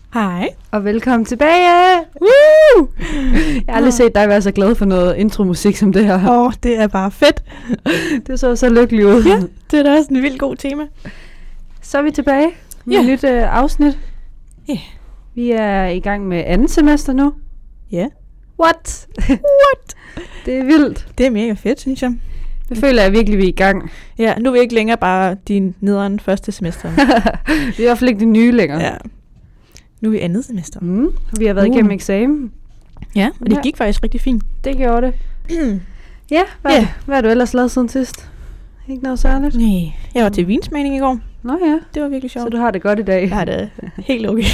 Hej. Og velkommen tilbage! Woo! Jeg har aldrig set dig være så glad for noget intromusik som det her. Det er bare fedt. Det så lykkelig ud. Ja, det er da også en vildt god tema. Så er vi tilbage med et nyt afsnit. Ja. Yeah. Vi er i gang med andet semester nu. Ja. Yeah. What? Det er vildt. Det er mega fedt, synes jeg. Det føler jeg virkelig, vi er i gang. Ja, nu er vi ikke længere bare din nederen første semester. Vi er i hvert fald ikke de nye længere. Ja. Nu er vi andet semester. Vi har været igennem eksamen. Ja, og det gik faktisk rigtig fint. Det gjorde det. Ja, hvad har du ellers lavet siden sidst? Ikke noget særligt? Nej, jeg var til vinsmagning i går. Nå ja. Det var virkelig sjovt. Så du har det godt i dag? Jeg har det helt okay.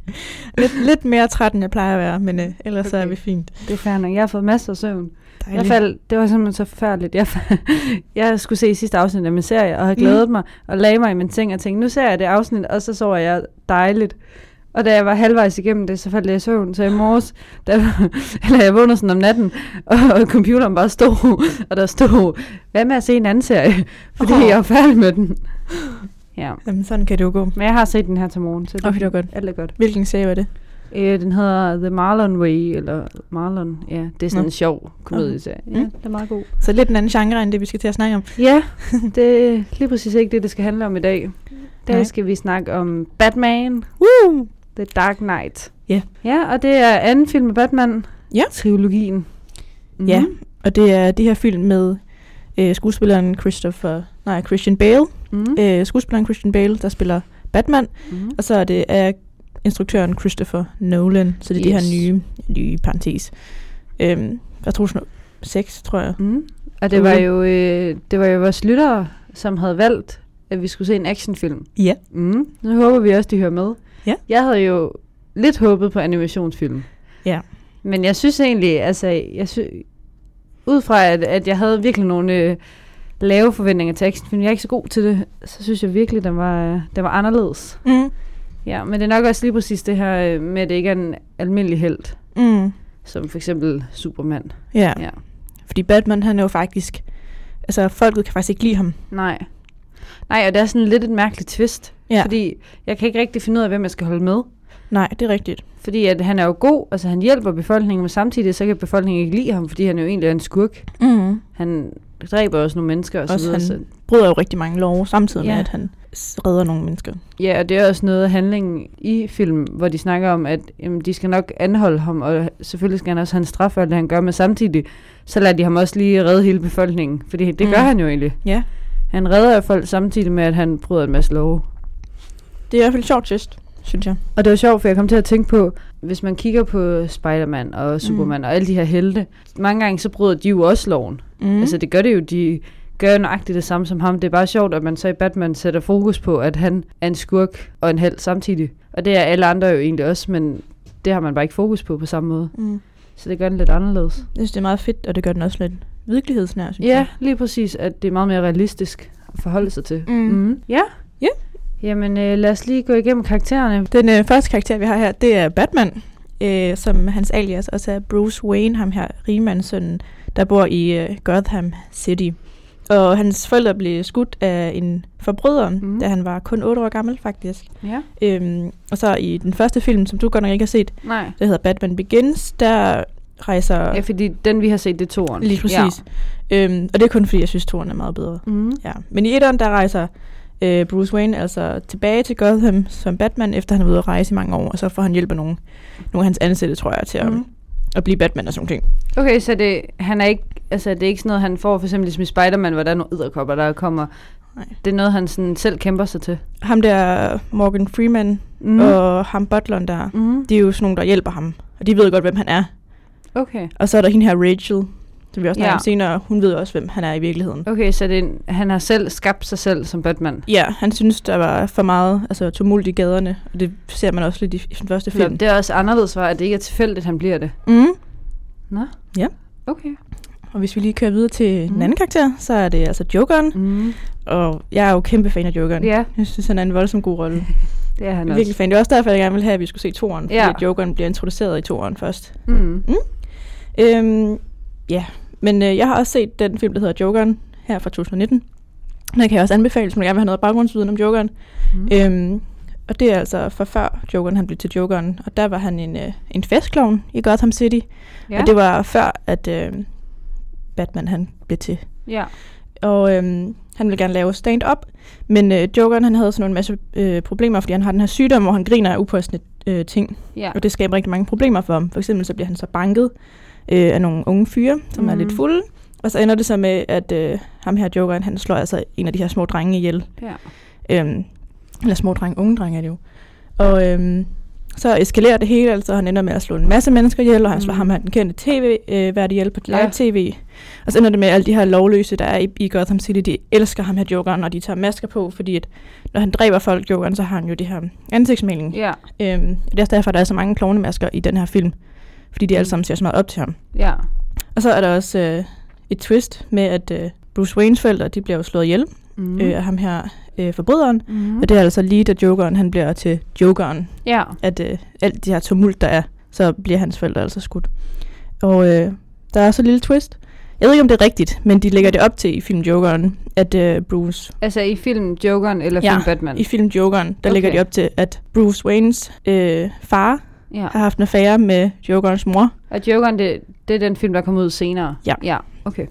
lidt mere træt, end jeg plejer at være, men ellers så er vi fint. Det er fair nok. Jeg har fået masser af søvn. Dejligt. Det var simpelthen så forfærdeligt. Jeg skulle se sidste afsnit af min serie, og havde glædet mig, og lagde mig i min seng og tænkte, nu ser jeg det afsnit, og så sover jeg dejligt. Og da jeg var halvvejs igennem det, så faldt jeg i søvn. Så i morges, jeg vågnede sådan om natten, og computeren bare stod, og der stod, hvad med at se en anden serie? Fordi jeg var færdig med den. Ja. Jamen, sådan kan det jo gå. Men jeg har set den her til morgen, så det var godt. Alt er godt. Hvilken serie var det? Den hedder The Marlon Way, eller Marlon. Ja, det er sådan en sjov komedieserie. Ja, det er meget god. Så lidt en anden genre, end det, vi skal til at snakke om. Ja, det er lige præcis ikke det skal handle om i dag. Der skal vi snakke om Batman. Woo! The Dark Knight. Ja. Ja, og det er anden film med Batman. Ja. Trilogien. Mm-hmm. Ja, og det er det her film med skuespilleren Christian Bale. Mm-hmm. Skuespilleren Christian Bale, der spiller Batman. Mm-hmm. Og så er det af instruktøren Christopher Nolan. Så det er de her nye parentes. Fra 2006, tror jeg. Mm. Og det var jo vores lyttere, som havde valgt, at vi skulle se en actionfilm. Ja. Mm. Nu håber vi også, de hører med. Ja. Jeg havde jo lidt håbet på animationsfilm. Ja. Men jeg synes egentlig, ud fra at jeg havde virkelig nogle lave forventninger til actionfilm, jeg er ikke så god til det, så synes jeg virkelig, den var anderledes. Mm. Ja, men det er nok også lige præcis det her med, at det ikke er en almindelig helt, som for eksempel Superman. Ja. Fordi Batman, han er jo faktisk, folket kan faktisk ikke lide ham. Nej, og det er sådan lidt et mærkeligt twist. Ja. Fordi jeg kan ikke rigtig finde ud af, hvem jeg skal holde med. Nej, det er rigtigt. Fordi at han er jo god, altså han hjælper befolkningen, men samtidig så kan befolkningen ikke lide ham, fordi han jo egentlig er en skurk. Mm. Han dræber også nogle mennesker og så videre. Han bryder jo rigtig mange love, samtidig med, at han redder nogle mennesker. Ja, og det er også noget af handlingen i film, hvor de snakker om, at de skal nok anholde ham, og selvfølgelig skal han også have en straf for alt det, han gør, men samtidig så lader de ham også lige redde hele befolkningen, fordi det gør han jo egentlig. Ja. Han redder folk samtidig med, at han bryder en masse love. Det er i hvert fald sjovt twist, synes jeg. Og det var sjovt, for jeg kom til at tænke på, hvis man kigger på Spider-Man og Superman og alle de her helte, mange gange så bryder de jo også loven. Altså det gør det jo, de gør nøjagtigt det samme som ham. Det er bare sjovt, at man så i Batman sætter fokus på, at han er en skurk og en helt samtidig. Og det er alle andre jo egentlig også, men det har man bare ikke fokus på samme måde. Så det gør den lidt anderledes. Jeg synes, det er meget fedt, og det gør den også lidt virkelighedsnær, synes jeg. Ja, lige præcis, at det er meget mere realistisk at forholde sig til. Ja. Jamen, lad os lige gå igennem karaktererne. Den første karakter, vi har her, det er Batman, som hans alias også er Bruce Wayne, ham her rigmandssønnen, der bor i Gotham City. Og hans forældre blev skudt af en forbryder, da han var kun 8 år gammel, faktisk. Ja. Og så i den første film, som du godt nok ikke har set, der hedder Batman Begins, der rejser... Ja, fordi den, vi har set, det er 2'eren. Lige præcis. Ja. Og det er kun fordi, jeg synes, 2'eren er meget bedre. Ja. Men i 1'eren, der rejser Bruce Wayne altså tilbage til Gotham som Batman, efter han har været ude at rejse i mange år, og så får han hjælp af nogle af hans ansatte, tror jeg, til at blive Batman og sådan noget. Okay, så det er ikke sådan noget, han får for eksempel ligesom i Spider-Man, hvor der er nogle edderkopper, der kommer. Nej. Det er noget, han sådan selv kæmper sig til. Ham der, Morgan Freeman, og ham butleren der, de er jo sådan nogle, der hjælper ham, og de ved godt, hvem han er. Okay. Og så er der hende her, Rachel, som vi også snakker om senere, hun ved også, hvem han er i virkeligheden. Okay, så han har selv skabt sig selv som Batman? Ja, han synes, der var for meget tumult i gaderne, og det ser man også lidt i den første film. Ja, det er også anderledes, at det ikke er tilfældigt, han bliver det. Nå? Ja. Okay. Og hvis vi lige kører videre til den anden karakter, så er det altså Jokeren. Og jeg er jo kæmpe fan af Jokeren. Ja. Jeg synes, han er en voldsom god rolle. Det er han også. Virkelig fan. Det er også derfor, jeg gerne vil have, at vi skulle se 2'eren. Fordi Jokeren bliver introduceret i 2'eren først. Ja, men jeg har også set den film, der hedder Jokeren, her fra 2019. Den kan jeg også anbefale, hvis man gerne vil have noget baggrundsviden om Jokeren. Og det er altså for før Jokeren han blev til Jokeren. Og der var han en festklovn i Gotham City. Ja. Og det var før, at Batman han blev til. Ja. Og han ville gerne lave stand-up. Men Jokeren han havde sådan en masse problemer, fordi han har den her sygdom, hvor han griner af upassende ting. Ja. Og det skaber rigtig mange problemer for ham. For eksempel så bliver han så banket af nogle unge fyre, som er lidt fulde. Og så ender det så med, at ham her Jokeren, han slår altså en af de her små drenge ihjel. Ja. Eller små drenge, unge drenge er det jo. Og så eskalerer det hele, altså han ender med at slå en masse mennesker ihjel, og han slår ham her den kendte tv-vært ihjel på live-tv. Og så ender det med, at alle de her lovløse, der er i Gotham City, de elsker ham her Jokeren, og de tager masker på, fordi at, når han dræber folk, Jokeren, så har han jo det her ansigtsmaling. Ja. Det er derfor, der er så mange klovnemasker i den her film, fordi de alle sammen ser så meget op til ham. Ja. Og så er der også et twist med, at Bruce Waynes forældre, de bliver jo slået ihjel af ham her forbryderen. Og det er altså lige, da Jokeren, han bliver til Jokeren. Ja. At alt de her tumult, der er, så bliver hans forældre altså skudt. Og der er også et lille twist. Jeg ved ikke, om det er rigtigt, men de lægger det op til i film Jokeren, at Bruce... Altså i film Jokeren eller film Batman? I film Jokeren, der lægger de op til, at Bruce Waynes far har haft en affære med Jokerens mor. Og Jokeren, det er den film, der kommer ud senere? Ja. Ja, okay.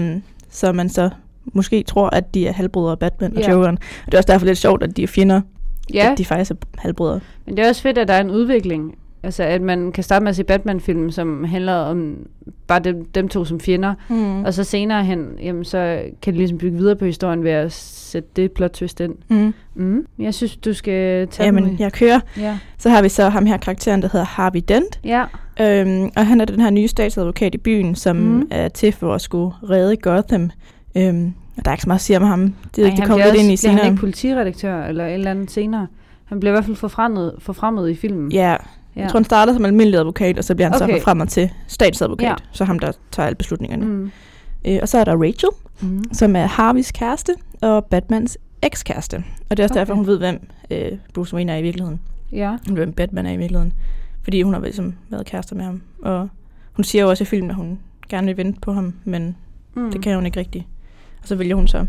Så man så måske tror, at de er halvbrødre Batman og Jokeren. Og det er også derfor lidt sjovt, at de er fjender, at de faktisk er halvbrødre. Men det er også fedt, at der er en udvikling. Altså, at man kan starte med at se Batman-film, som handler om bare dem to som fjender. Og så senere hen, jamen, så kan de ligesom bygge videre på historien ved at sætte det plot twist ind. Jeg synes, du skal tage Jamen, jeg kører. Ja. Så har vi så ham her karakteren, der hedder Harvey Dent. Ja. Og han er den her nye statsadvokat i byen, som er til for at skulle redde Gotham. Og der er ikke så meget at sige om ham. Det kommer lidt ind i senere. Han er ikke politiredaktør eller et eller andet senere. Han bliver i hvert fald forfremmet i filmen. Ja. Jeg tror, han starter som almindelig advokat, og så bliver han så forfremmet til statsadvokat. Så ham, der tager alle beslutningerne. Og så er der Rachel, som er Harveys kæreste, og Batmans ekskæreste. Og det er også derfor, hun ved, hvem Bruce Wayne er i virkeligheden. Ja. Hun ved, hvem Batman er i virkeligheden. Fordi hun har ligesom været kærester med ham. Og hun siger jo også i filmen, at hun gerne vil vente på ham, men det kan hun ikke rigtigt. Og så vælger hun så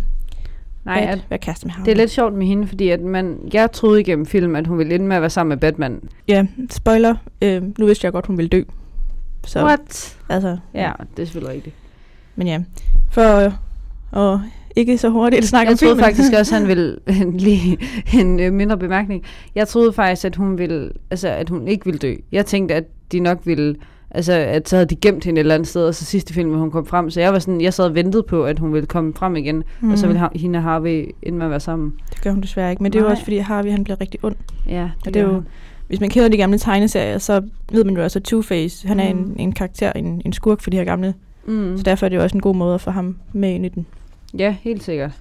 at være kæreste med ham. Det er lidt sjovt med hende, fordi at jeg troede igennem filmen, at hun ville ende med at være sammen med Batman. Ja, spoiler. Nu vidste jeg godt, hun ville dø. Så, what? Altså, ja, det er selvfølgelig rigtigt. Men ja, for og ikke så hurtigt at snakke om filmen. Jeg troede faktisk også, han ville lige en mindre bemærkning. Jeg troede faktisk, at hun ikke ville dø. Jeg tænkte, at de nok ville, at så havde de gemt hende et eller andet sted, og så sidste film, hun kom frem. Så jeg sad og ventede på, at hun ville komme frem igen, og så ville hende og Harvey ende med at være sammen. Det gør hun desværre ikke, men det er jo også, fordi Harvey, han bliver rigtig ond. Ja, det er jo, hvis man kender de gamle tegneserier, så ved man jo også, at Two-Face, han er en karakter, en skurk for de her gamle. Så derfor er det jo også en god måde at få ham med ind i den. Ja, helt sikkert.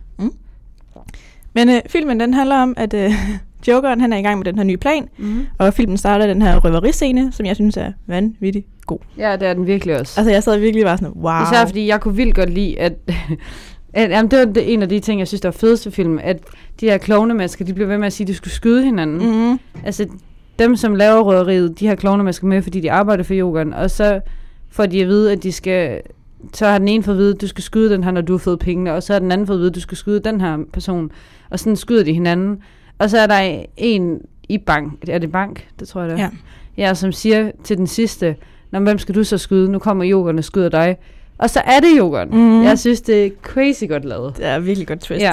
Men filmen, den handler om, at Jokeren, han er i gang med den her nye plan, og filmen starter den her røveriscene, som jeg synes er vanvittigt god. Ja, det er den virkelig også. Altså, jeg sad virkelig bare sådan, wow. Især fordi jeg kunne vildt godt lide, at jamen, det var en af de ting, jeg synes, der var fedest ved filmen, at de her klovnemasker, de blev ved med at sige, at de skulle skyde hinanden. Altså, dem, som laver røveriet, de har klovnemasker med, fordi de arbejder for Jokeren, og så får de at vide, at de skal... Så har den ene fået at vide, at du skal skyde den her, når du har fået pengene, og så har den anden fået at vide, at du skal skyde den her person, og sådan skyder de hinanden. Og så er der en i bank, er det bank? Det tror jeg det er. Ja, som siger til den sidste, hvem skal du så skyde? Nu kommer Jokeren og skyder dig. Og så er det Jokeren. Jeg synes, det er crazy godt lavet. Det er virkelig godt twist. Ja.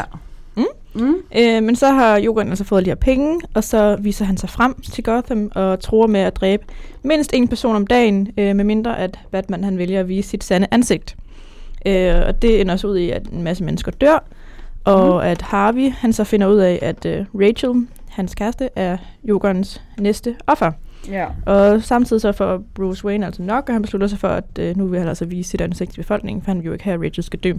Men så har Jokeren altså fået de her penge, og så viser han sig frem til Gotham og tror med at dræbe mindst en person om dagen, med mindre at Batman han vælger at vise sit sande ansigt. Og det ender også ud i, at en masse mennesker dør, og at Harvey han så finder ud af, at Rachel, hans kæreste, er Jokerens næste offer. Ja. Og samtidig så får Bruce Wayne altså nok, og han beslutter sig for, at nu vil han altså vise sit ansigt til befolkningen, for han vil jo ikke have, at Rachel skal dø.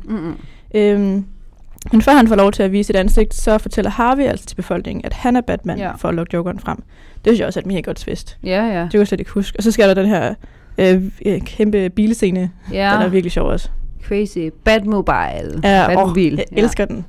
Men før han får lov til at vise sit ansigt, så fortæller Harvey altså til befolkningen, at han er Batman for at lukke Jokeren frem. Det synes jeg også er et mega godt twist. Ja. Det kunne jeg slet ikke huske. Og så sker der den her kæmpe bilscene. Den er virkelig sjov også. Crazy. Batmobile. Batmobil. Jeg elsker den.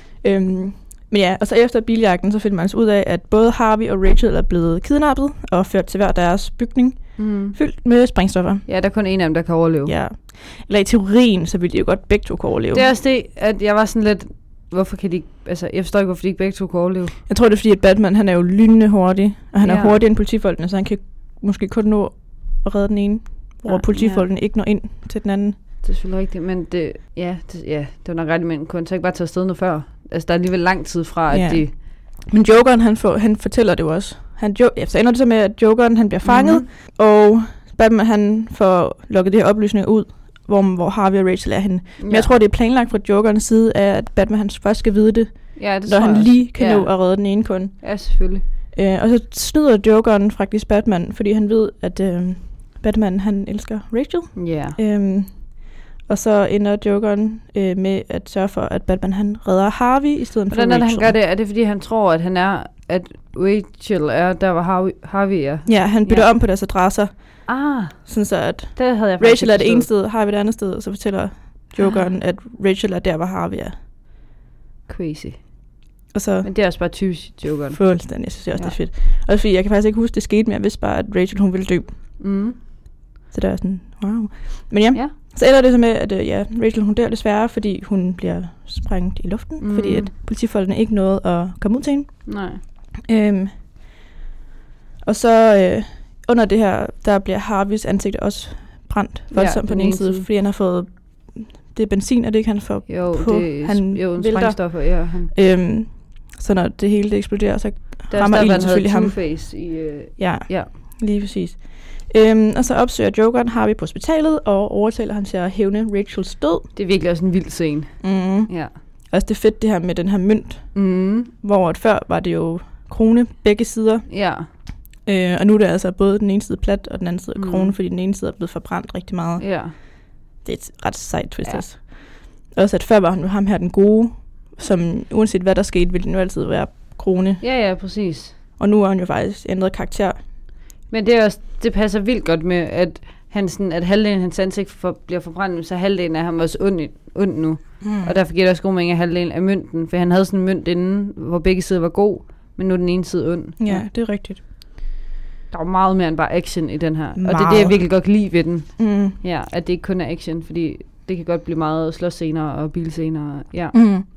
Men ja, og så efter biljagten, så finder man altså ud af, at både Harvey og Rachel er blevet kidnappet og ført til hver deres bygning, fyldt med sprængstoffer. Ja, der er kun en af dem, der kan overleve. Ja. Eller i teorien, så ville de jo godt begge to kunne overleve. Det er også det, at jeg var sådan lidt, hvorfor kan de ikke, altså jeg forstår ikke, hvorfor de ikke begge to kunne overleve. Jeg tror, det er fordi, at Batman, han er jo lynende hurtig, og han er hurtigere end politifolkene, så han kan måske kun nå at redde den ene, hvor politifolkene ikke når ind til den anden. Det er selvfølgelig rigtigt, men det var nok ret, men kunne han så ikke bare tage afsted noget før? Altså, der er alligevel lang tid fra, at de... Men Jokeren, han fortæller det jo også. Så ender det så med, at Jokeren, han bliver fanget, og Batman, han får lukket det her oplysninger ud, hvor Harvey og Rachel er henne. Men jeg tror, det er planlagt fra Jokerens side, at Batman, han først skal vide det, når han lige kan nå at redde den ene kun. Ja, selvfølgelig. Og så snyder Jokeren faktisk Batman, fordi han ved, at Batman, han elsker Rachel. Ja. Og så ender Jokeren med at sørge for, at Batman, han redder Harvey i stedet for Rachel. Hvordan han gør det? Er det, fordi han tror, at Rachel er der, hvor Harvey er? Ja, han bytter om på deres adresser. Sådan så, at det havde jeg Rachel er det ene sted, Harvey det andet sted, og så fortæller Jokeren, at Rachel er der, hvor Harvey er. Crazy. Og så, men det er også bare typisk Jokeren. Fuldstændig, jeg synes det også, det er fedt. Og fordi jeg kan faktisk ikke huske, det skete, men jeg vidste bare, at Rachel, hun ville dø. Så der er sådan, wow. Men ja. Så ender det så med, at Rachel, hun dør desværre, fordi hun bliver sprængt i luften, fordi at politifolkene ikke nåede at komme ud til hende. Nej. Og så under det her, der bliver Harveys ansigt også brændt voldsomt på den ene side, fordi han har fået det benzin, og det ikke han får på. Han sprængstoffer, ja. Så når det hele det eksploderer, så rammer ilden selvfølgelig ham. Ja, lige præcis. Og så opsøger Jokeren Harvey på hospitalet og overtaler ham til at hævne Rachels død. Det er virkelig også en vild scene. Ja. Også det er fedt det her med den her mønt, hvor før var det jo krone begge sider. Ja. Og nu er det altså både den ene side plat og den anden side krone, fordi den ene side er blevet forbrændt rigtig meget. Ja. Det er et ret sejt twist også. Også at før var han jo ham her den gode, som uanset hvad der skete, ville den jo altid være krone. Ja, præcis. Og nu har han jo faktisk ændret karakter. Men det er også, det passer vildt godt med, at at halvdelen af hans ansigt bliver forbrændt, så halvdelen af ham også ond nu. Og derfor giver det også god mening af halvdelen af mønten, for han havde sådan en mønt inden, hvor begge sider var god, men nu er den ene side ond. Ja, det er rigtigt. Der er meget mere end bare action i den her. Og det er det, jeg virkelig godt kan lide ved den. Ja, at det ikke kun er action, fordi det kan godt blive meget slåsscener og bilscener. Ja.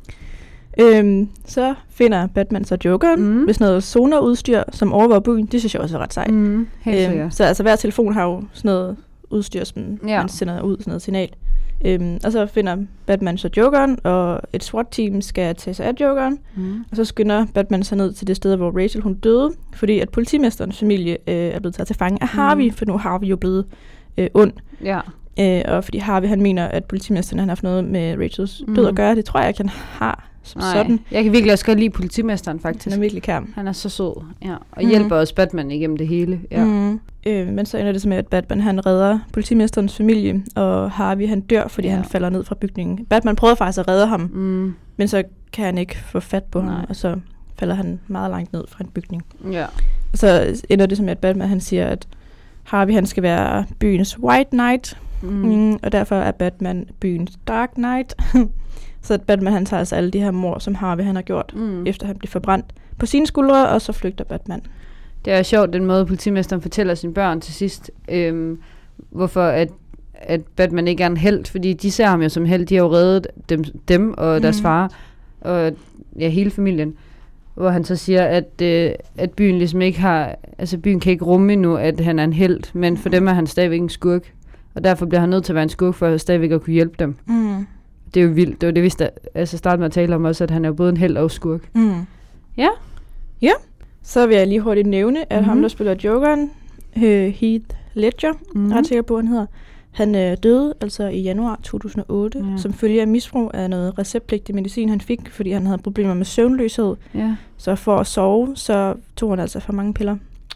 Så finder Batman så Jokeren med sådan noget sonarudstyr, som overvåger byen. Det synes jeg også er ret sejt. Så altså hver telefon har jo sådan noget udstyr, som man sender ud, sådan noget signal. Og så finder Batman så Jokeren, og et SWAT-team skal tage sig af Jokeren. Og så skynder Batman sig ned til det sted, hvor Rachel hun døde, fordi at politimesterens familie er blevet taget til fange af Harvey, for nu er Harvey jo blevet ond. Ja. Og fordi Harvey han mener, at politimesteren han har haft noget med Rachels død at gøre. Det tror jeg ikke, han har som sådan. Jeg kan virkelig også godt lide politimesteren, faktisk. Han er virkelig kærm. Han er så sød, og hjælper også Batman igennem det hele. Ja. Men så ender det så med, at Batman han redder politimesterens familie, og Harvey han dør, fordi han falder ned fra bygningen. Batman prøver faktisk at redde ham, men så kan han ikke få fat på ham, og så falder han meget langt ned fra en bygning. Ja. Og så ender det så med, at Batman han siger, at Harvey han skal være byens White Knight, og derfor er Batman byens Dark Knight. Så Batman han tager altså alle de her mord, som Harvey han har gjort, efter han bliver forbrændt på sine skuldre, og så flygter Batman. Det er sjovt, den måde politimesteren fortæller sine børn til sidst, hvorfor at Batman ikke er en helt, fordi de ser ham jo som helt. De har jo reddet dem og deres far, og hele familien. Hvor han så siger, at byen ligesom ikke har, altså byen kan ikke rumme endnu, at han er en helt, men for dem er han stadigvæk en skurk. Og derfor bliver han nødt til at være en skurk, for stadigvæk at kunne hjælpe dem. Det er jo vildt. Det var det, vi startede med at tale om også, at han er både en helt og skurk. Ja. Ja. Så vil jeg lige hurtigt nævne, at ham, der spiller Jokeren, Heath Ledger, ret sikker på, han hedder, han døde altså i januar 2008, som følge af misbrug af noget receptpligtig medicin, han fik, fordi han havde problemer med søvnløshed. Så for at sove, så tog han altså for mange piller.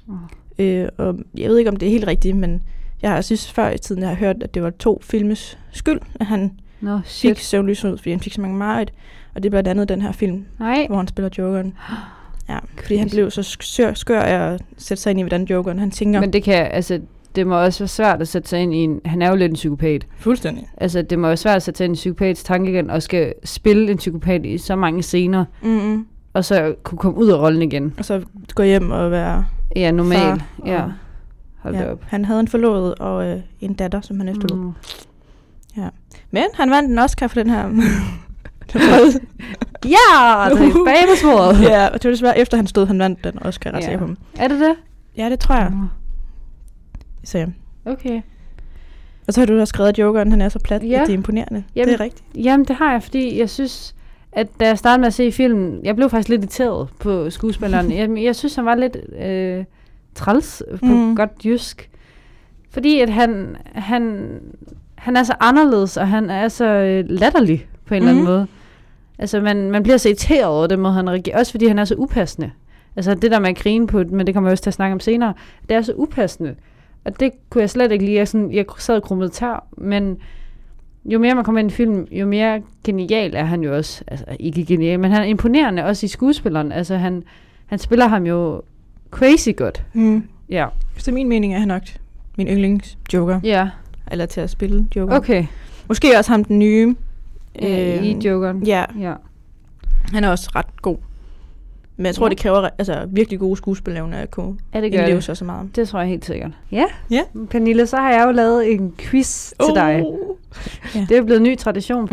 Og jeg ved ikke, om det er helt rigtigt, men jeg synes før i tiden, jeg har hørt, at det var 2 filmes skyld, at han fik søvnløshed, fordi han fik så mange meget. Og det er blandt andet den her film, hvor han spiller Jokeren. Ja, fordi han blev så skør af at sætte sig ind i, hvordan Jokeren han tænker. Men det må også være svært at sætte sig ind i han er jo lidt en psykopat. Fuldstændig. Altså, det må være svært at sætte sig ind i en psykopats tankegang, og skal spille en psykopat i så mange scener, og så kunne komme ud af rollen igen. Og så gå hjem og være normal. Far, hold da op. Han havde en forlovet og en datter, som han efterlod. Ja. Men han vandt en Oscar for den her. Ja, det er bag på sporet. Ja, og det var desværre efter han stod, han vandt den Oscar, ret sikker på dem. Er det det? Ja, det tror jeg. Så ja. Okay. Og så har du også skrevet, at Jokeren, han er så plat, Ja. at det er imponerende. Jamen, det er rigtigt. Jamen, det har jeg, fordi jeg synes, at da jeg startede med at se filmen, jeg blev faktisk lidt irriteret på skuespilleren. jeg synes, han var lidt træls på godt jysk. Fordi at han er så anderledes, og han er så latterlig på en eller anden måde. Altså, man bliver så irriteret over den måde, han reagerer. Også fordi han er så upassende. Altså, det der med at grine på, men det kommer jeg også til at snakke om senere, det er så upassende. Og det kunne jeg slet ikke lide. Jeg sad og krummede tør, men jo mere man kommer ind i film, jo mere genial er han jo også. Altså, ikke genial, men han er imponerende også i skuespilleren. Altså, han spiller ham jo crazy godt. Ja. Så min mening er han nok min yndlingsjoker. Ja. Eller til at spille Joker. Okay. Måske også ham den nye. I Jokeren. Ja. Ja. Han er også ret god. Men jeg tror, det kræver virkelig gode skuespillavne at kunne indleve sig så meget. Det tror jeg helt sikkert. Ja. Ja. Pernille, så har jeg jo lavet en quiz til dig. Ja. Det er blevet en ny tradition.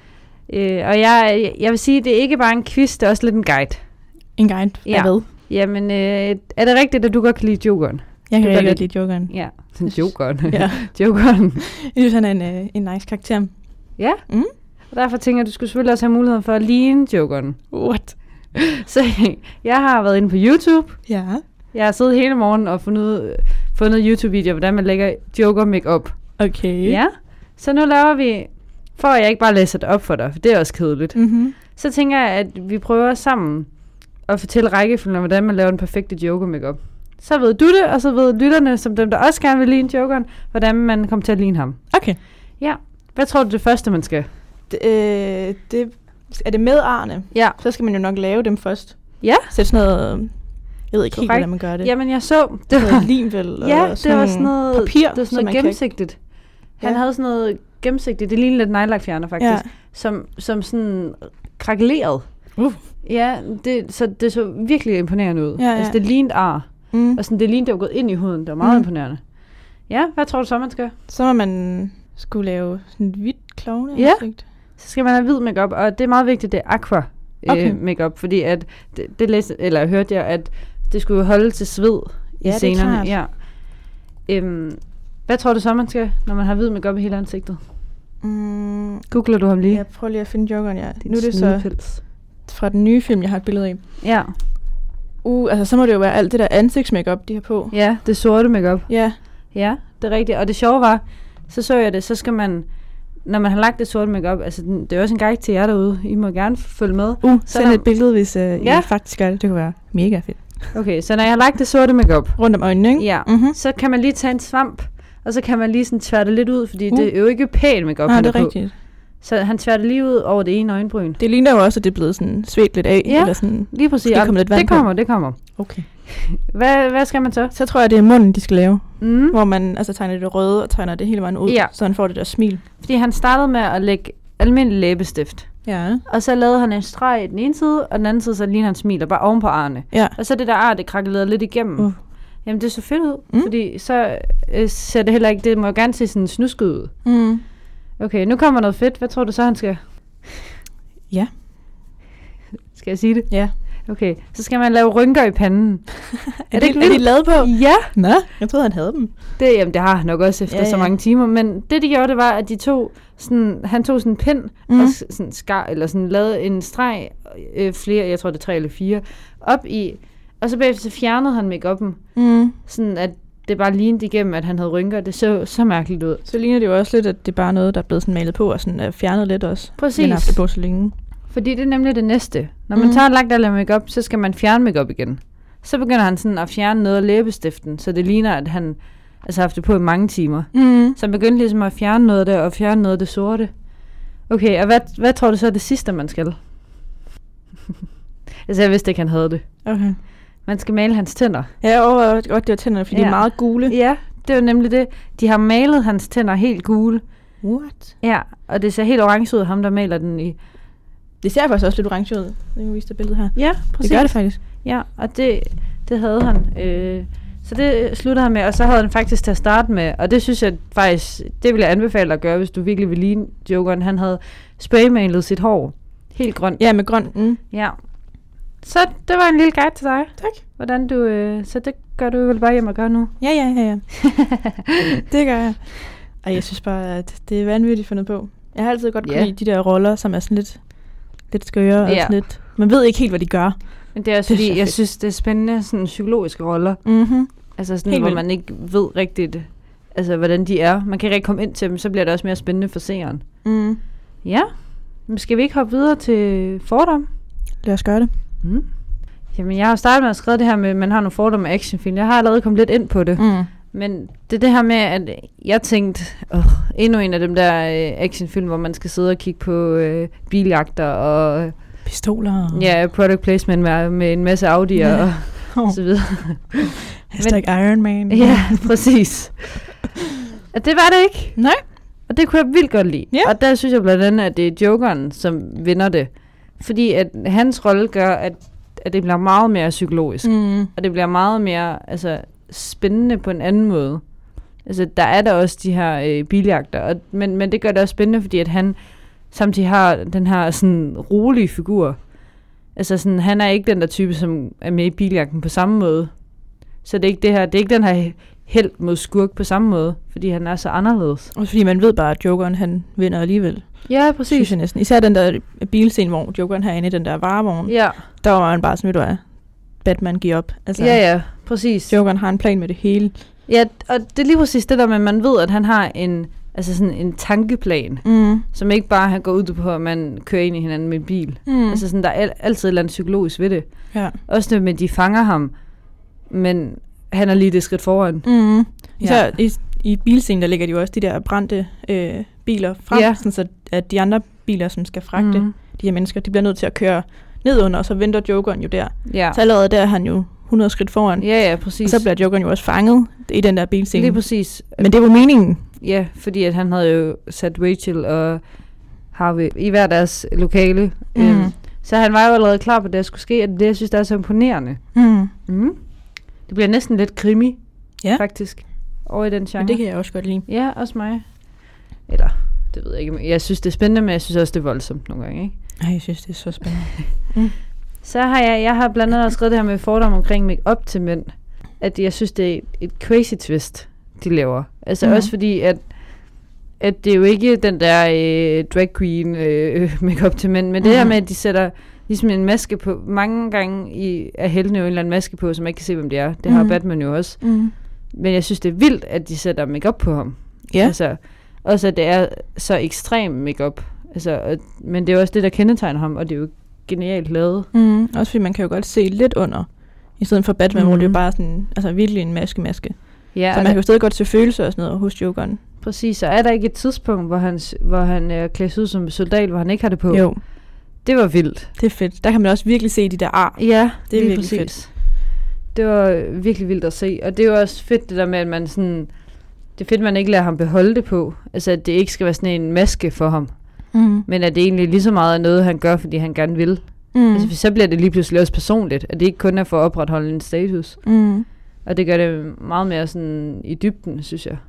Og jeg vil sige, det er ikke bare en quiz, det er også lidt en guide. En guide? Ja. Hvad? Jamen, er det rigtigt, at du godt kan lide Jokeren? Jeg kan rigtig godt lide Jokeren. Ja, Jokeren. Ja. Jokeren. Jeg synes, han er en nice karakter. Ja. Og derfor tænker jeg, at du skulle selvfølgelig også have muligheden for at ligne Jokeren. What? Så jeg har været inde på YouTube. Ja. Jeg har siddet hele morgen og fundet YouTube-videoer, hvordan man lægger Joker make-up. Okay. Ja. Så nu laver vi, for at jeg ikke bare læser det op for dig, for det er også kedeligt. Så tænker jeg, at vi prøver sammen at fortælle rækkefølgen om, hvordan man laver den perfekte Joker make-up. Så ved du det, og så ved lytterne, som dem, der også gerne vil ligne Jokeren, hvordan man kommer til at ligne ham. Okay. Ja. Hvad tror du det første, man skal? Er det med Arne? Ja. Så skal man jo nok lave dem først. Ja. Sætte sådan noget... Jeg ved ikke helt, hvordan man gør det. Jamen, jeg så... Det var limvel. Ja, det var sådan noget... Papir. Det var sådan noget gennemsigtigt. Han havde sådan noget gennemsigtigt. Det lignede lidt nejlakfjerner, faktisk. Ja. Som sådan krakeleret. Ja, det så virkelig imponerende ud. Ja. Altså, det lignede ar. Og sådan, det lignede, det var gået ind i huden. Det var meget imponerende. Ja, hvad tror du så, man skal? Så må man skulle lave sådan et hvidt klovneansigt. Så skal man have hvid makeup, og det er meget vigtigt, det er aqua makeup, fordi at det hørte jeg, at det skulle holde til sved i scenerne. Ja. Hvad tror du så, man skal, når man har hvid makeup i hele ansigtet? Googler du ham lige? Jeg prøver lige at finde Jokeren, ja. Nu er det så fra den nye film, jeg har et billede af. Ja. Altså så må det jo være alt det der ansigtsmakeup, de har på. Ja, det sorte makeup. Ja. Ja, det er rigtigt. Og det sjove var, så jeg det, så skal man, når man har lagt det sorte makeup, altså det er også en guide til jer derude, I må gerne følge med. Send et billede, hvis I faktisk gør det. Det kunne være mega fedt. Okay, så når jeg har lagt det sorte makeup rundt om øjnene, ikke? Ja, så kan man lige tage en svamp, og så kan man lige sådan tværte lidt ud, fordi det er jo ikke pænt makeup, han er på. Rigtigt. Så han tværter lige ud over det ene øjenbryn. Det ligner jo også, at det er blevet sådan svedt lidt af. Ja, eller sådan, lige præcis. Det kommer. Okay. Hvad skal man så? Så tror jeg, det er munden, de skal lave. Hvor man altså tegner det røde og tegner det hele vejen ud, så han får det der smil. Fordi han startede med at lægge almindelig læbestift. Ja. Og så lavede han en streg i den ene side, og den anden side, så ligner han smiler, bare oven på arne. Ja. Og så det der ar, det krakelede lidt igennem. Jamen, det så fedt ud, fordi så ser det heller ikke, det må jo gerne se sådan snusket ud. Okay, nu kommer noget fedt. Hvad tror du så, han skal? Ja. Skal jeg sige det? Ja. Okay, så skal man lave rynker i panden. Er det de lavet på? Ja. Nå, jeg troede, han havde dem. Jamen, det har han nok også efter så mange timer. Men det, de gjorde, det var, at han tog sådan en pind, og sådan eller sådan lavede en streg, flere, jeg tror det er 3 eller 4, op i, og så bagefter så fjernede han make-up'en. Sådan at det bare lignede igennem, at han havde rynker. Det så mærkeligt ud. Så ligner det jo også lidt, at det er bare noget, der er blevet sådan malet på, og sådan fjernet lidt også. Præcis. Men haft det på så længe. Fordi det er nemlig det næste. Når man tager lagt alt makeup, så skal man fjerne makeup igen. Så begynder han sådan at fjerne noget af læbestiften, så det ligner, at han har haft det på i mange timer. Så han begyndte ligesom at fjerne noget der, og fjerne noget af det sorte. Okay, og hvad tror du så er det sidste, man skal? Altså, jeg vidste ikke, han havde det. Okay. Man skal male hans tænder. Ja, jeg overvejede godt, det var tænderne, fordi de er meget gule. Ja, det var nemlig det. De har malet hans tænder helt gule. What? Ja, og det ser helt orange ud, ham der maler den i. Det ser faktisk også lidt orange ud. Jeg kan vise det billede her. Ja, præcis. Det gør det faktisk. Ja, og det havde han. Så det slutter han med, og så havde han faktisk til at starte med, og det synes jeg faktisk, det vil jeg anbefale at gøre, hvis du virkelig vil ligne Jokeren. Han havde spraymalet sit hår Helt grøn. Ja, med grøn. Ja. Så det var en lille guide til dig. Tak. Hvordan du... så det gør du vel bare hjem og gøre nu? Ja. Det gør jeg. Og jeg synes bare, at det er vanvittigt fundet på. Jeg har altid godt kunne lide de der roller, som er sådan lidt skøre og sådan lidt... Man ved ikke helt, hvad de gør. Men det er også fordi, jeg synes, det er spændende, sådan psykologiske roller. Mm-hmm. Altså sådan, hvor man ikke ved rigtigt, altså hvordan de er. Man kan ikke rigtig komme ind til dem, så bliver det også mere spændende for seeren. Mm. Ja, men skal vi ikke hoppe videre til fordom? Lad os gøre det. Mm. Jamen, jeg har startet med at skrive det her med, at man har nogle fordomme med actionfilm. Jeg har allerede kommet lidt ind på det. Mm. Men det er det her med, at jeg tænkte, endnu en af dem der actionfilm, hvor man skal sidde og kigge på biljagter og... pistoler. Ja, product placement med en masse Audi'er og så videre. Hashtag Iron Man. Ja, præcis. Og det var det ikke. Nej. Og det kunne jeg vildt godt lide. Ja. Og der synes jeg blandt andet, at det er Jokeren, som vinder det. Fordi at hans rolle gør, at det bliver meget mere psykologisk. Mm. Og det bliver meget mere spændende på en anden måde. Altså, der er der også de her biljagter. Men det gør det også spændende, fordi at han samtidig har den her sådan rolige figur. Altså sådan, han er ikke den der type, som er med i biljagten på samme måde. Så det er ikke det her, det er ikke den her held mod skurk på samme måde, fordi han er så anderledes. Også fordi man ved bare, at Jokeren han vinder alligevel. Ja, præcis. Synes jeg næsten. Især den der bilscene, hvor Jokeren her inde i den der varevogn. Ja. Der var man bare sådan, ved du hvad, Batman giver op. Altså, Ja, præcis. Jokeren har en plan med det hele. Ja, og det er lige præcis det der med, at man ved, at han har en tankeplan, som ikke bare han går ud på, at man kører ind i hinanden med en bil. Altså sådan, der er altid et eller andet psykologisk ved det. Ja. Også det med, at de fanger ham, men han er lige det skridt foran. Især i bilscenen, der ligger de jo også de der brændte biler frem, sådan så at de andre biler, som skal fragte de her mennesker, de bliver nødt til at køre ned under, og så venter Jokeren jo der. Ja. Så allerede der er han jo 100 skridt foran. Ja, præcis. Og så bliver Jokeren jo også fanget i den der bilscene. Lige præcis. Men det var meningen. Ja, fordi at han havde jo sat Rachel og Harvey i hver deres lokale. Så han var jo allerede klar på, at det skulle ske, og det jeg synes, der er så imponerende. Det bliver næsten lidt krimi, faktisk, over i den genre. Men det kan jeg også godt lide. Ja, også mig. Eller, det ved jeg ikke. Jeg synes, det er spændende, men jeg synes også, det er voldsomt nogle gange, ikke? Nej, jeg synes, det er så spændende. Så har jeg har blandt andet skrevet det her med fordom omkring make-up til mænd. At jeg synes, det er et crazy twist, de laver. Altså også fordi, at det er jo ikke den der drag queen make-up til mænd, men det her med, at de sætter ligesom en maske på. Mange gange er heltene jo en eller anden maske på, som man ikke kan se, hvem det er. Det har Batman jo også. Men jeg synes, det er vildt, at de sætter make-up på ham. Ja. Altså, også at det er så ekstrem make-up. Altså, men det er også det, der kendetegner ham, og det er jo genialt lavet. Også fordi man kan jo godt se lidt under, i stedet for Batman, hvor det er bare sådan, altså virkelig en maske. Ja, så man kan jo stadig godt se følelser og sådan noget hos Jokeren. Præcis, og er der ikke et tidspunkt, hvor han er klædt ud som soldat, hvor han ikke har det på? Jo. Det var vildt. Det er fedt. Der kan man også virkelig se de der ar. Ja, det er virkelig præcis. fedt. Det var virkelig vildt at se, og det er jo også fedt det der med, at man sådan, det er fedt, at man ikke lader ham beholde det på, altså at det ikke skal være sådan en maske for ham, men at det egentlig lige så meget er noget, han gør, fordi han gerne vil. Altså, så bliver det lige pludselig også personligt, at det ikke kun er for at opretholde en status. Og det gør det meget mere sådan i dybden, synes jeg.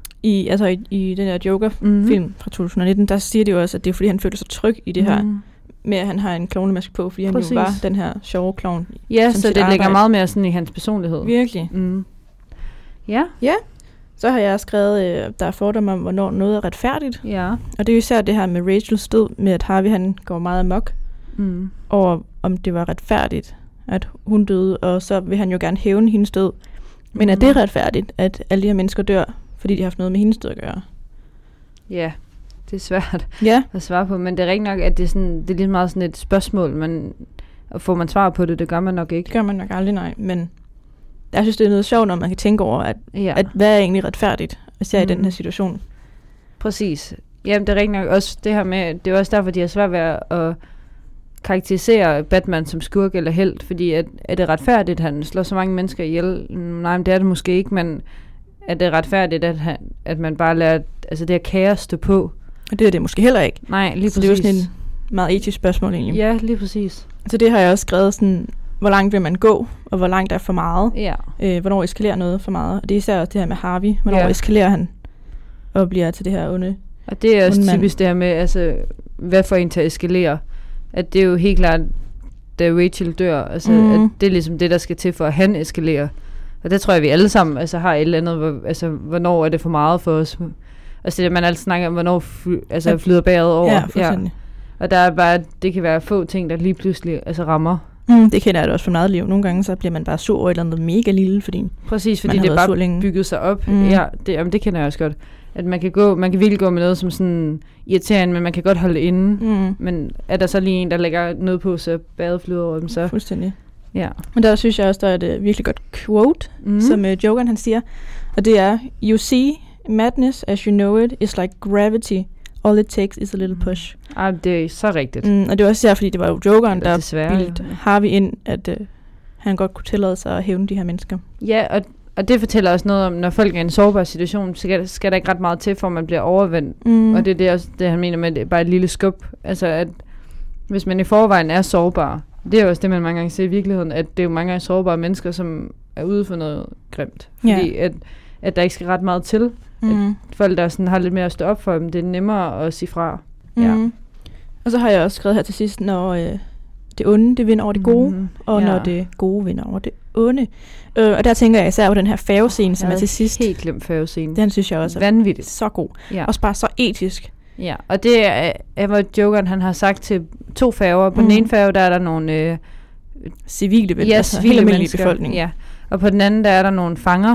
I den der Joker-film fra 2019, der siger de jo også, at det er fordi, han føler sig tryg i det her, med at han har en klovnemaske på, fordi han jo var den her sjove klovn. Ja, så det ligger meget mere sådan i hans personlighed. Virkelig. Ja. Ja. Så har jeg skrevet, der er fordomme om, hvornår noget er retfærdigt. Ja. Og det er jo især det her med Rachels død, med at Harvey han går meget amok over, om det var retfærdigt, at hun døde, og så vil han jo gerne hævne hendes død. Men er det retfærdigt, at alle de her mennesker dør, fordi de har haft noget med hendes død at gøre? Ja, det er svært at svare på, men det er rigtig nok, at det er lige meget sådan et spørgsmål, og får man svar på det, det gør man nok ikke. Det gør man nok aldrig, nej, men jeg synes, det er noget sjovt, når man kan tænke over, at hvad er egentlig retfærdigt, hvis jeg er i den her situation. Præcis. Jamen, det er rigtig nok også det her med, det er også derfor, de har svært ved at karakterisere Batman som skurk eller helt, fordi er det retfærdigt, at han slår så mange mennesker ihjel? Nej, men det er det måske ikke, men er det retfærdigt, at man bare lader det her kaos stå på? Og det er det måske heller ikke. Nej, lige præcis. Så det er jo sådan et meget etisk spørgsmål egentlig. Ja, lige præcis. Så det har jeg også skrevet sådan, hvor langt vil man gå, og hvor langt er for meget? Ja. Hvornår eskalerer noget for meget? Og det er især også det her med Harvey. Hvornår eskalerer han og bliver til det her onde? Og det er også typisk det her med, altså, hvad får en til at eskalere? at det er jo helt klart, da Rachel dør, altså, at det er ligesom det, der skal til, for at han eskalerer. Og det tror jeg, vi alle sammen altså, har et eller andet, altså, hvornår er det for meget for os? Altså det, man altid snakker om, hvornår flyder bæret over. Ja, fuldstændig. Og der er bare, det kan være få ting, der lige pludselig altså, rammer. Det kender jeg da også fra meget liv. Nogle gange så bliver man bare sur over et eller andet mega lille, fordi præcis, fordi det er bare bygget sig op. Ja, det kender jeg også godt. At man kan virkelig gå med noget som sådan irriterende, men man kan godt holde det inde. Men er der så lige en, der lægger noget på, så bæret flyder over dem, så... Fuldstændig. Ja. Men der synes jeg også, der er et virkelig godt quote, som Jokeren han siger. Og det er, you see, madness as you know it is like gravity. All it takes is a little push. Det er så rigtigt. Og det var også fordi det var jo Jokeren, der bildte ja. Harvey ind, at han godt kunne tillade sig at hævne de her mennesker. Ja, og det fortæller også noget om, når folk er i en sårbar situation, så skal der ikke ret meget til, for man bliver overvendt. Og det er også det, han mener med, det er bare et lille skub. Altså, at hvis man i forvejen er sårbar, det er jo også det, man mange gange ser i virkeligheden, at det er jo mange gange sårbare mennesker, som er ude for noget grimt. Fordi at der ikke skal ret meget til. At folk, der sådan har lidt mere at stå op for dem, det er nemmere at sige fra. Ja. Og så har jeg også skrevet her til sidst, når det onde, det vinder over det gode, og når det gode vinder over det onde. Og der tænker jeg især på den her færgescene, som er til sidst. Helt glemt færgescene. Den synes jeg også er vanvittigt. Så god. Ja. Også bare så etisk. Ja, og det er, hvor Jokeren han har sagt til 2 færger. På den ene færge, der er der nogle civile, altså helt almindelige befolkning. Ja. Og på den anden, der er der nogle fanger,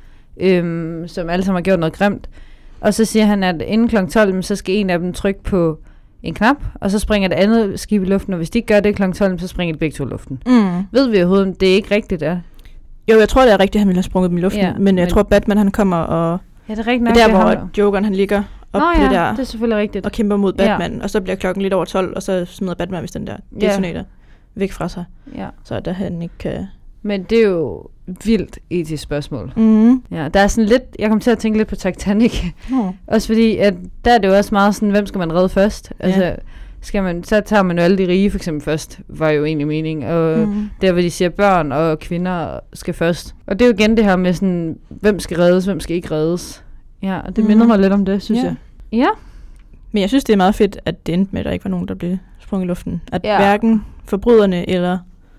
som alle sammen har gjort noget grimt. Og så siger han, at inden kl. 12, så skal en af dem trykke på en knap, og så springer det andet skib i luften, og hvis de ikke gør det kl. 12, så springer de begge to i luften. Ved vi overhovedet, om det ikke rigtigt er? Jo, jeg tror, det er rigtigt, at han ville have sprunget dem i luften, men jeg tror, Batman han kommer og... Ja, det er rigtigt nok. Der, hvor Jokeren han ligger op på det der... det er selvfølgelig rigtigt. Og kæmper mod Batman, og så bliver klokken lidt over 12, og så smider Batman vist den der detonator væk fra sig. Ja. Så der han ikke kan... Men det er jo vildt etisk spørgsmål. Ja, der er sådan lidt, jeg kom til at tænke lidt på Titanic. Også fordi, at der er det jo også meget sådan, hvem skal man redde først? Altså, så tager man jo alle de rige for eksempel først, var jo egentlig mening. Og der hvor de siger, børn og kvinder skal først. Og det er jo igen det her med sådan, hvem skal reddes, hvem skal ikke reddes. Ja, og det minder mig lidt om det, synes jeg. Ja. Men jeg synes, det er meget fedt, at det endte med, at der ikke var nogen, der blev sprunget i luften. At hverken forbryderne eller...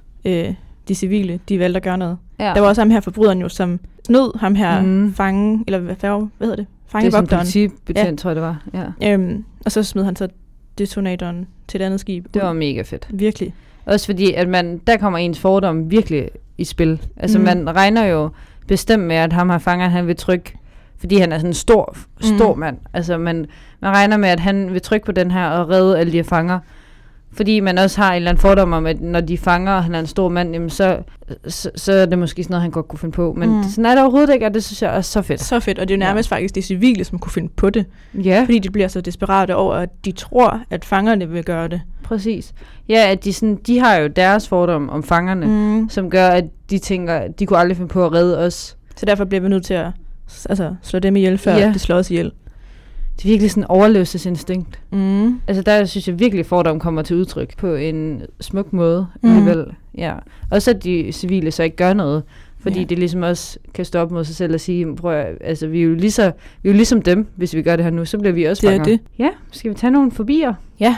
de civile, de valgte at gøre noget. Ja. Der var også ham her forbryderen jo, som snød ham her fange, eller hvad hedder det? Fangevogteren. Det er sådan en politibetjent, tror jeg det var. Ja. Og så smed han så detonatoren til et andet skib. Det var mega fedt. Virkelig. Også fordi, at der kommer ens fordom virkelig i spil. Altså man regner jo bestemt med, at ham her fangeren, han vil trykke, fordi han er sådan en stor mand. Altså man regner med, at han vil trykke på den her og redde alle de her fanger. Fordi man også har en eller anden fordom om, at når de fanger, og han er en stor mand, jamen så er det måske sådan noget, han godt kunne finde på. Men sådan er det overhovedet ikke, og det synes jeg er så fedt. Så fedt, og det er jo nærmest faktisk de civile, som kunne finde på det. Ja. Fordi de bliver så desperate over, at de tror, at fangerne vil gøre det. Præcis. Ja, at de har jo deres fordom om fangerne, som gør, at de tænker, at de kunne aldrig finde på at redde os. Så derfor bliver vi nødt til at slå dem ihjel, før de slår os ihjel. Det er virkelig sådan en overlevelsesinstinkt. Altså der synes jeg virkelig, fordom kommer til udtryk på en smuk måde alligevel. Ja. Og så at de civile så ikke gør noget, fordi det ligesom også kan stå op mod sig selv og sige, prøv altså vi er jo ligesom dem, hvis vi gør det her nu, så bliver vi også fanger. Det. Ja, skal vi tage nogle fobier? Ja.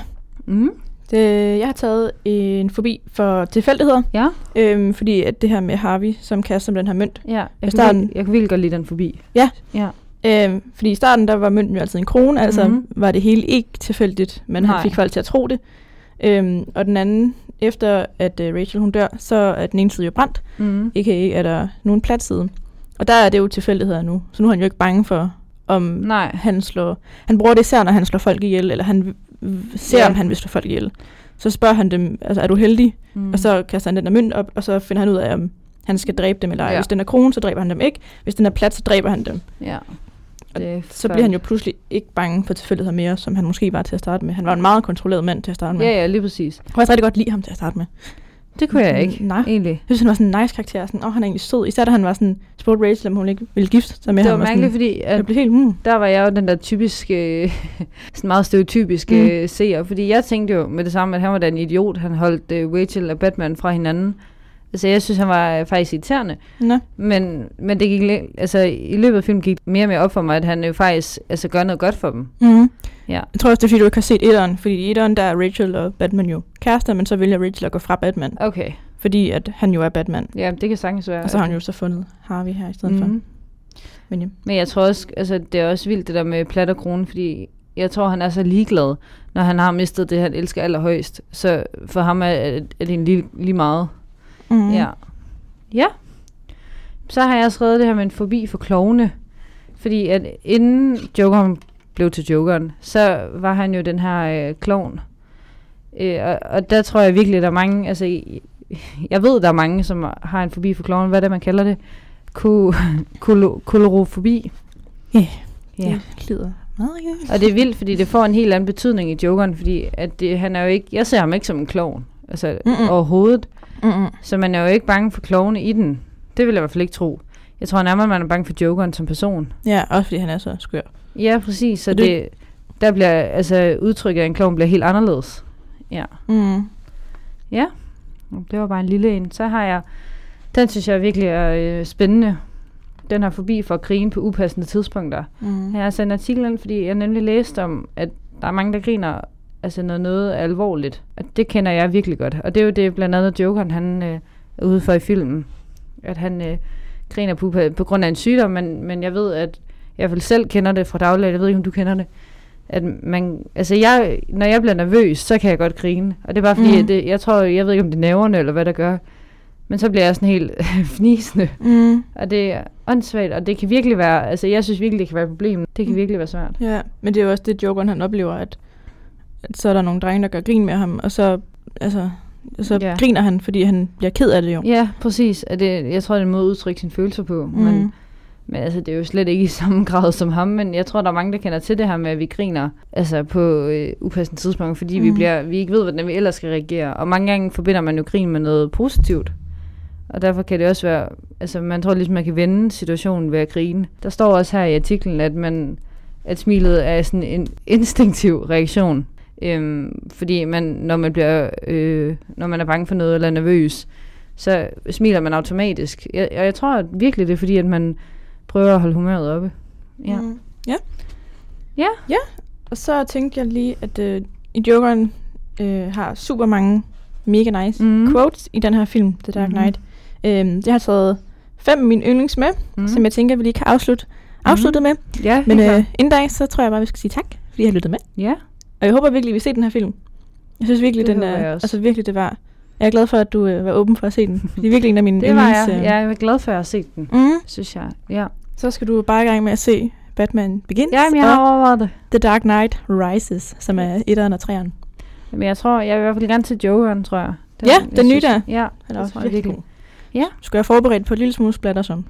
Jeg har taget en fobi for tilfældigheder. Ja. Fordi at det her med Harvey, som kaster med den her mønt. Ja, jeg kan virkelig godt lide den fobi. Ja. Fordi i starten, der var mønten jo altid en krone, altså var det hele ikke tilfældigt, men han fik folk til at tro det. Og den anden, efter at Rachel hun dør, så er den ene side jo brændt, ikke er der nogen platside. Og der er det jo tilfældigheder nu, så nu er han jo ikke bange for, om han slår... Han bruger det især, når han slår folk ihjel, eller han ser, om han vil slå folk ihjel. Så spørger han dem, altså er du heldig? Og så kaster han den der mønt op, og så finder han ud af, om han skal dræbe dem eller ej. Hvis den er krone, så dræber han dem ikke. Hvis den er plat, så dræber han dem. Ja. Så bliver han jo pludselig ikke bange for tilfældigheder mere, som han måske var til at starte med. Han var en meget kontrolleret mand til at starte med. Ja, lige præcis. Jeg kunne også rigtig godt lide ham til at starte med. Det kunne jeg ikke, egentlig. Jeg synes, han var sådan en nice karakter. Sådan, han er egentlig sød. Især da han var sådan, spurgte Rachel, om hun ikke ville gifte sig med ham. Det var mærkeligt, fordi at blev helt, der var jeg jo den der typiske, sådan meget stereotypiske seer. Fordi jeg tænkte jo med det samme, at han var da en idiot. Han holdt Rachel og Batman fra hinanden. Altså, jeg synes, han var faktisk irriterende. Nå. Men det gik, altså, i løbet af filmen gik mere og mere op for mig, at han jo faktisk altså, gør noget godt for dem. Mm. Ja. Jeg tror også, det er fordi, du ikke har set etteren. Fordi i etteren, der er Rachel og Batman jo kærester, men så vælger Rachel at gå fra Batman. Okay. Fordi at han jo er Batman. Ja, det kan sagtens være. Og så har han jo så fundet Harvey her i stedet for. Men ja. Men jeg tror også, altså, det er også vildt det der med plat og krone, fordi jeg tror, han er så ligeglad, når han har mistet det, han elsker allerhøjst. Så for ham er det lige meget. Mm. Ja. Så har jeg skrevet det her med en fobi for klovne. Fordi at inden Jokeren blev til Jokeren, så var han jo den her klovn. Og der tror jeg virkelig, der er mange, altså jeg ved, der er mange, som har en fobi for klovne. Hvad er det, man kalder det? Kolorofobi. Ja, det lyder meget rigtigt. Og det er vildt, fordi det får en helt anden betydning i Jokeren, fordi at han er jo ikke, jeg ser ham ikke som en klovn, altså overhovedet. Så man er jo ikke bange for klovne i den. Det vil jeg i hvert fald ikke tro. Jeg tror nærmere, man er bange for Jokeren som person. Ja, også fordi han er så skør. Ja, præcis. Så der bliver, altså udtrykket af en klovn bliver helt anderledes. Ja. Ja, det var bare en lille en. Så har jeg, den synes jeg virkelig er spændende. Den har forbi for at grine på upassende tidspunkter. Jeg har sendt artiklen, fordi jeg nemlig læste om, at der er mange, der griner altså noget alvorligt. Og det kender jeg virkelig godt. Og det er jo det, blandt andet Jokeren, han er ude for i filmen. At han griner på grund af en sygdom, men jeg ved, at jeg i hvert fald selv kender det fra daglig. Jeg ved ikke, om du kender det. At man, altså når jeg bliver nervøs, så kan jeg godt grine. Og det er bare fordi, jeg ved ikke, om det er nerverne, eller hvad der gør. Men så bliver jeg sådan helt fnisende. Og det er åndssvagt, og det kan virkelig være, altså jeg synes virkelig, det kan være et problem. Det kan virkelig være svært. Ja, men det er jo også det, Jokeren han oplever, at så er der nogle drenge, der gør grin med ham, og så griner han, fordi han bliver ked af det jo. Ja, præcis. Jeg tror, det er en måde at udtrykke sine følelser på. Men altså, det er jo slet ikke i samme grad som ham, men jeg tror, der er mange, der kender til det her med, at vi griner altså på upassende tidspunkt, fordi vi ikke ved, hvordan vi ellers skal reagere. Og mange gange forbinder man jo grin med noget positivt. Og derfor kan det også være, altså man tror ligesom, man kan vende situationen ved at grine. Der står også her i artiklen, at smilet er sådan en instinktiv reaktion. Fordi når man er bange for noget eller er nervøs, så smiler man automatisk. Jeg tror at virkelig, det er fordi, at man prøver at holde humøret oppe. Ja. Ja. Og så tænkte jeg lige, at i Jokeren har super mange mega nice quotes i den her film, The Dark Knight. Jeg har taget 5 af mine yndlings med, som jeg tænker, vi lige kan afslutte med. Ja, men inden da, så tror jeg bare, vi skal sige tak, fordi I har lyttet med. Ja. Og jeg håber virkelig, at vi ser den her film. Jeg synes virkelig, den er, altså virkelig, det var. Jeg er glad for, at du var åben for at se den. Det er virkelig en af mine yndlings. Det var jeg. Jeg er glad for at have set den, synes jeg. Ja. Så skal du bare i gang med at se Batman Begins. Ja, men jeg har overvejet det. The Dark Knight Rises, som er 1'eren og 3'eren. Men jeg tror, jeg vil i hvert fald gerne til Jokeren, tror jeg. Den nye der. Ja, det er også virkelig. Ja. Skulle jeg forberede på et lille smule splatter som?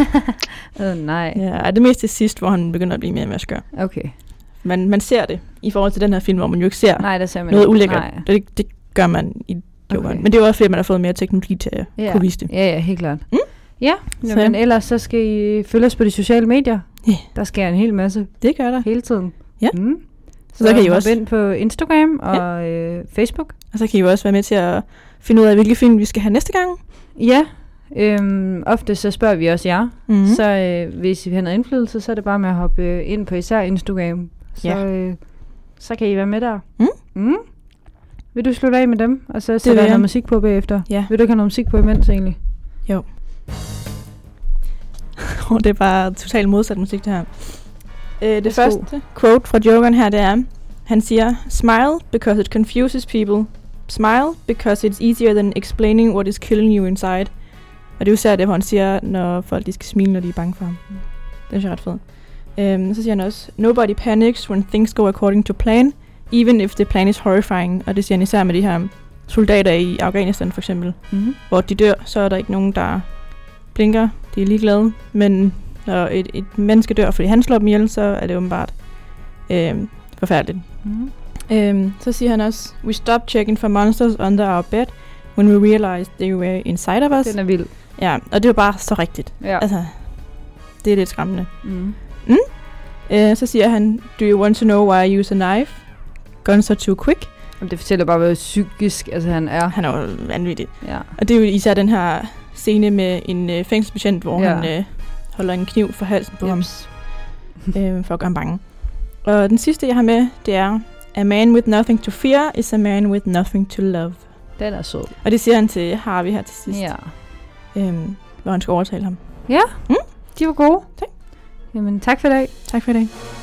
Nej. Ja, det mest til sidst, hvor han begynder at blive mere og mere skør. Okay. Man ser det i forhold til den her film, hvor man jo ikke ser, der ser man noget ulækkert. Det gør man i Jokeren. Okay. Men det er jo også fordi, man har fået mere teknologi til at kunne vise det. Ja, helt klart. Ja, men ellers så skal I følge os på de sociale medier. Yeah. Der sker en hel masse. Det gør der. Hele tiden. Ja. Så kan I også ind på Instagram og Facebook. Og så kan I jo også være med til at finde ud af, hvilke film vi skal have næste gang. Ja. Ofte så spørger vi også jer. Så hvis I har noget indflydelse, så er det bare med at hoppe ind på især Instagram. Så kan I være med der. Vil du slutte af med dem? Og så sætter jeg noget musik på bagefter. Ja. Vil du ikke have noget musik på imens egentlig? Jo. Det er bare totalt modsat musik, det her. Det første quote fra Jokeren her, det er, han siger, smile because it confuses people. Smile because it's easier than explaining what is killing you inside. Og det er jo især det, hvor han siger, når folk de skal smile, når de er bange for ham. Det er ret fedt. Så siger han også, nobody panics when things go according to plan, even if the plan is horrifying. Og det siger han især med de her soldater i Afghanistan for eksempel. Hvor de dør, så er der ikke nogen, der blinker. De er ligeglade. Men når et menneske dør, fordi han slår dem ihjel, så er det åbenbart forfærdeligt. Så siger han også, we stop checking for monsters under our bed, when we realized they were inside of us. Den er vild. Ja, og det var bare så rigtigt. Ja. Altså, det er lidt skræmmende. Så siger han, do you want to know why I use a knife? Guns are too quick. Og det fortæller bare, hvor psykisk han er. Han er jo vanvittig. Ja. Og det er jo især den her scene med en fængselsbetjent, hvor han holder en kniv for halsen på ham. For at gøre ham bange. Og den sidste, jeg har med, det er: A man with nothing to fear is a man with nothing to love. Den er sød. Og det siger han til Harvey her til sidst. Ja. Hvor han skal overtale ham. Ja, de var gode. Tak. Jamen, tak for i dag. Tak for i dag.